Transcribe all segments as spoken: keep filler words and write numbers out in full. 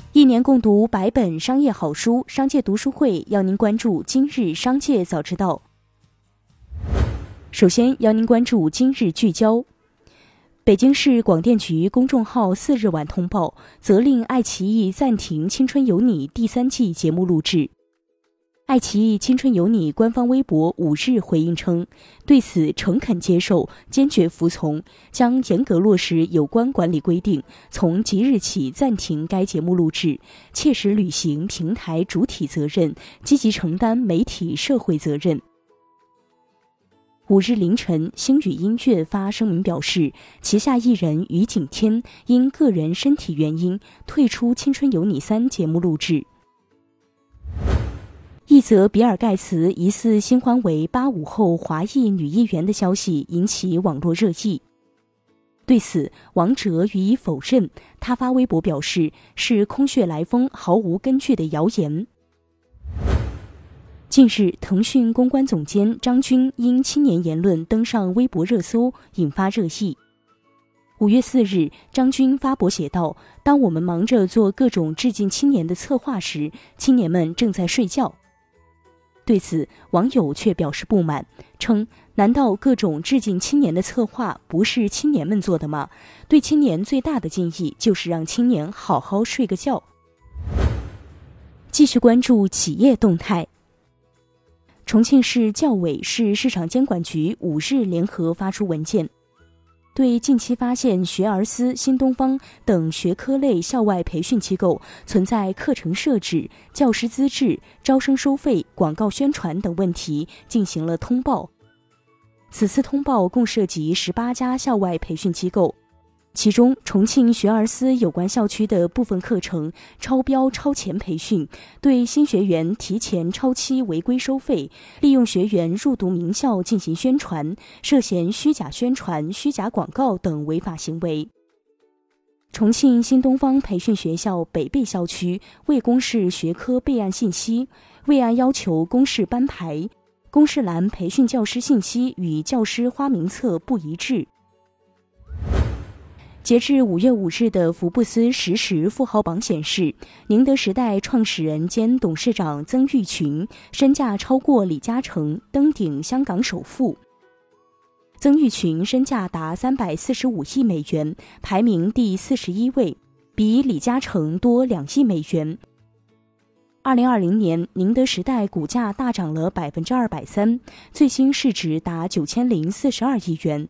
一年共读百本商业好书，商界读书会邀您关注今日商界早知道。首先邀您关注今日聚焦。北京市广电局公众号四日晚通报，责令爱奇艺暂停《青春有你》第三季节目录制。爱奇艺《青春有你》官方微博五日回应称，对此诚恳接受，坚决服从，将严格落实有关管理规定，从即日起暂停该节目录制，切实履行平台主体责任，积极承担媒体社会责任。五日凌晨，星宇音乐发声明表示，旗下艺人于景天因个人身体原因退出《青春有你三》节目录制。一则比尔盖茨疑似新欢为八五后华裔女议员的消息引起网络热议。对此，王哲予以否认，他发微博表示是空穴来风、毫无根据的谣言。近日，腾讯公关总监张军因青年言论登上微博热搜，引发热议。五月四日，张军发博写道：“当我们忙着做各种致敬青年的策划时，青年们正在睡觉。”对此，网友却表示不满，称：“难道各种致敬青年的策划不是青年们做的吗？对青年最大的敬意就是让青年好好睡个觉。”继续关注企业动态。重庆市教委市市场监管局五日联合发出文件，对近期发现学而思、新东方等学科类校外培训机构存在课程设置、教师资质、招生收费、广告宣传等问题进行了通报。此次通报共涉及十八家校外培训机构，其中重庆学而思有关校区的部分课程超标超前培训，对新学员提前超期违规收费，利用学员入读名校进行宣传，涉嫌虚假宣传、虚假广告等违法行为。重庆新东方培训学校北碚校区未公示学科备案信息，未按要求公示班牌，公示栏培训教师信息与教师花名册不一致。截至五月五日的福布斯实时富豪榜显示，宁德时代创始人兼董事长曾毓群身价超过李嘉诚，登顶香港首富。曾毓群身价达三百四十五亿美元，排名第四十一位，比李嘉诚多两亿美元。二零二零年，宁德时代股价大涨了百分之二百三，最新市值达九千零四十二亿元。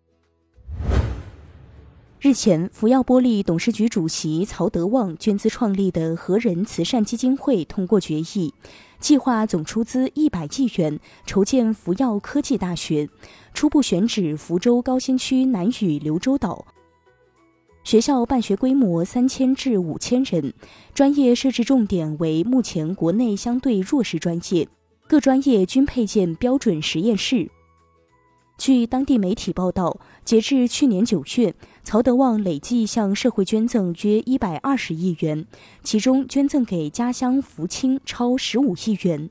日前，福耀玻璃董事局主席曹德旺捐资创立的和人慈善基金会通过决议，计划总出资一百亿元筹建福耀科技大学，初步选址福州高新区南屿刘州岛。学校办学规模三千至五千人，专业设置重点为目前国内相对弱势专业，各专业均配建标准实验室。据当地媒体报道，截至去年九月，曹德旺累计向社会捐赠约一百二十亿元，其中捐赠给家乡福清超十五亿元。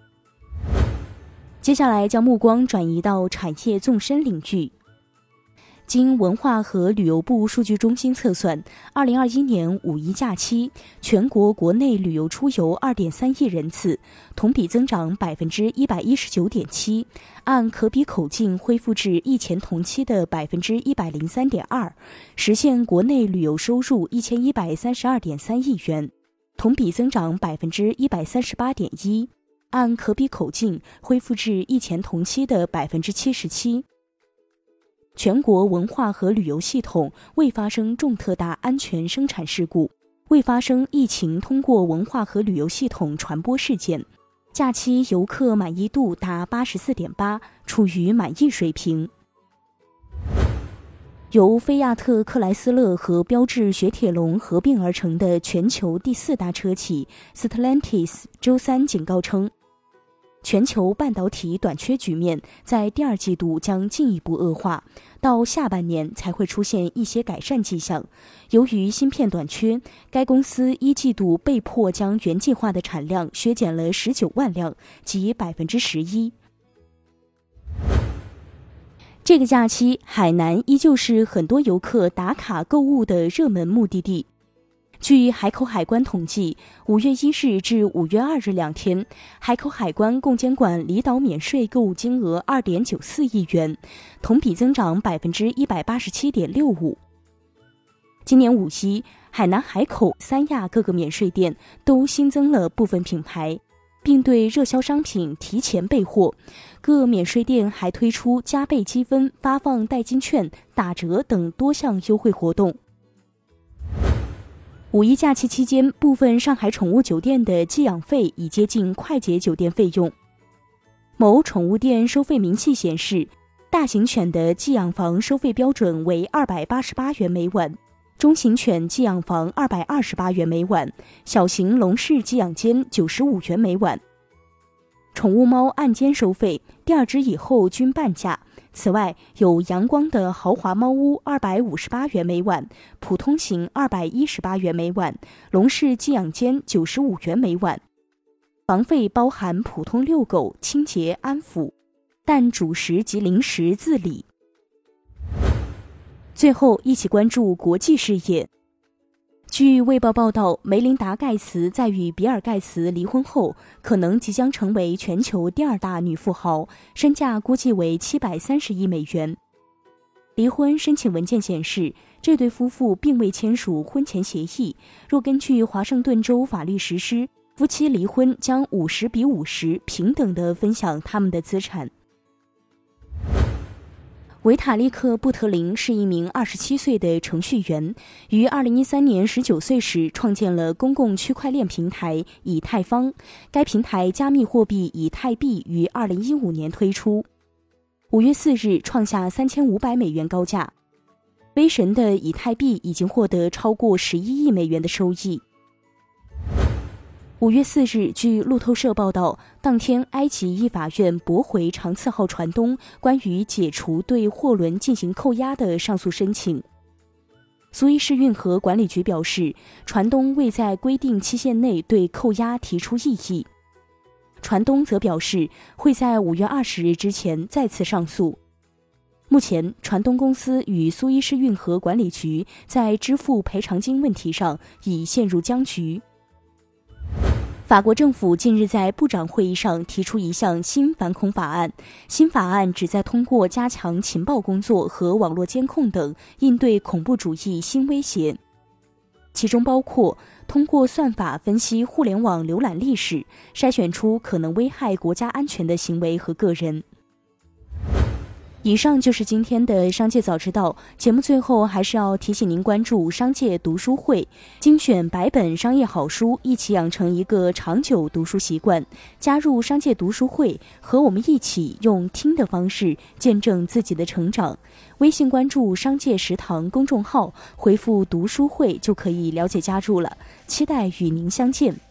接下来将目光转移到产业纵深领域。经文化和旅游部数据中心测算，二零二一年五一假期，全国国内旅游出游二点三亿人次，同比增长百分之一百一十九点七，按可比口径恢复至疫前同期的百分之一百零三点二，实现国内旅游收入一千一百三十二点三亿元，同比增长百分之一百三十八点一，按可比口径恢复至疫前同期的百分之七十七。全国文化和旅游系统未发生重特大安全生产事故，未发生疫情通过文化和旅游系统传播事件，假期游客满意度达 八十四点八， 处于满意水平。由菲亚特克莱斯勒和标致雪铁龙合并而成的全球第四大车企 Stellantis 周三警告称，全球半导体短缺局面在第二季度将进一步恶化，到下半年才会出现一些改善迹象。由于芯片短缺，该公司一季度被迫将原计划的产量削减了十九万辆，即百分之十一。这个假期，海南依旧是很多游客打卡购物的热门目的地。 据海口海关统计，五月一日至五月二日两天，海口海关共监管离岛免税购物金额二点九四亿元，同比增长百分之一百八十七点六五。今年五一，海南海口、三亚各个免税店都新增了部分品牌，并对热销商品提前备货。各免税店还推出加倍积分、发放代金券、打折等多项优惠活动。五一假期期间，部分上海宠物酒店的寄养费已接近快捷酒店费用。某宠物店收费明细显示，大型犬的寄养房收费标准为二百八十八元每晚，中型犬寄养房二百二十八元每晚，小型笼式寄养间九十五元每晚。宠物猫按间收费，第二只以后均半价。此外，有阳光的豪华猫屋二百五十八元每晚，普通型二百一十八元每晚，笼式寄养间九十五元每晚。房费包含普通遛狗、清洁、安抚，但主食及零食自理。最后，一起关注国际视野。据《卫报》报道，梅琳达·盖茨在与比尔·盖茨离婚后，可能即将成为全球第二大女富豪，身价估计为七百三十亿美元。离婚申请文件显示，这对夫妇并未签署婚前协议。若根据华盛顿州法律实施，夫妻离婚将五十比五十平等地分享他们的资产。维塔利克·布特林是一名二十七岁的程序员，于二零一三年十九岁时创建了公共区块链平台以太坊。该平台加密货币以太币于二零一五年推出，五月四日创下三千五百美元高价。威神的以太币已经获得超过十一亿美元的收益。五月四日，据路透社报道，当天埃及一法院驳回长次号船东关于解除对货轮进行扣押的上诉申请。苏伊士运河管理局表示，船东未在规定期限内对扣押提出异议。船东则表示会在五月二十日之前再次上诉。目前，船东公司与苏伊士运河管理局在支付赔偿金问题上已陷入僵局。法国政府近日在部长会议上提出一项新反恐法案，新法案旨在通过加强情报工作和网络监控等，应对恐怖主义新威胁。其中包括通过算法分析互联网浏览历史，筛选出可能危害国家安全的行为和个人。以上就是今天的商界早知道，节目最后还是要提醒您关注商界读书会，精选百本商业好书，一起养成一个长久读书习惯。加入商界读书会，和我们一起用听的方式见证自己的成长。微信关注商界食堂公众号，回复读书会就可以了解加入了，期待与您相见。